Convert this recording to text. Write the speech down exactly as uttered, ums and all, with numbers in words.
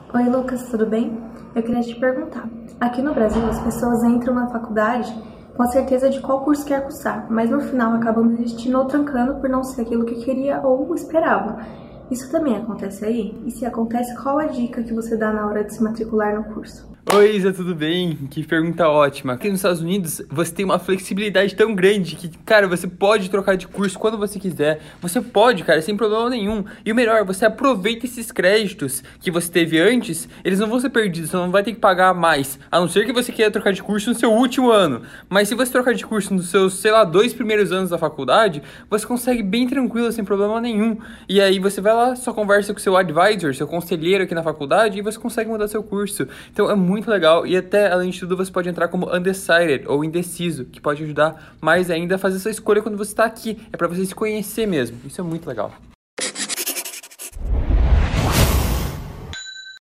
Oi, Lucas, tudo bem? Eu queria te perguntar. Aqui no Brasil, as pessoas entram na faculdade com a certeza de qual curso quer cursar, mas no final acabam desistindo ou trancando por não ser aquilo que queria ou esperava. Isso também acontece aí? E se acontece, qual a dica que você dá na hora de se matricular no curso? Oi, Isa, tudo bem? Que pergunta ótima. Aqui nos Estados Unidos, você tem uma flexibilidade tão grande que, cara, você pode trocar de curso quando você quiser. Você pode, cara, sem problema nenhum. E o melhor, você aproveita esses créditos que você teve antes, eles não vão ser perdidos, você não vai ter que pagar mais. A não ser que você queira trocar de curso no seu último ano. Mas se você trocar de curso nos seus, sei lá, dois primeiros anos da faculdade, você consegue bem tranquilo, sem problema nenhum. E aí você vai lá, só conversa com seu advisor, seu conselheiro aqui na faculdade, e você consegue mudar seu curso. Então é muito muito legal, e até, além de tudo, você pode entrar como undecided, ou indeciso, que pode ajudar mais ainda a fazer essa escolha quando você está aqui. É para você se conhecer mesmo. Isso é muito legal.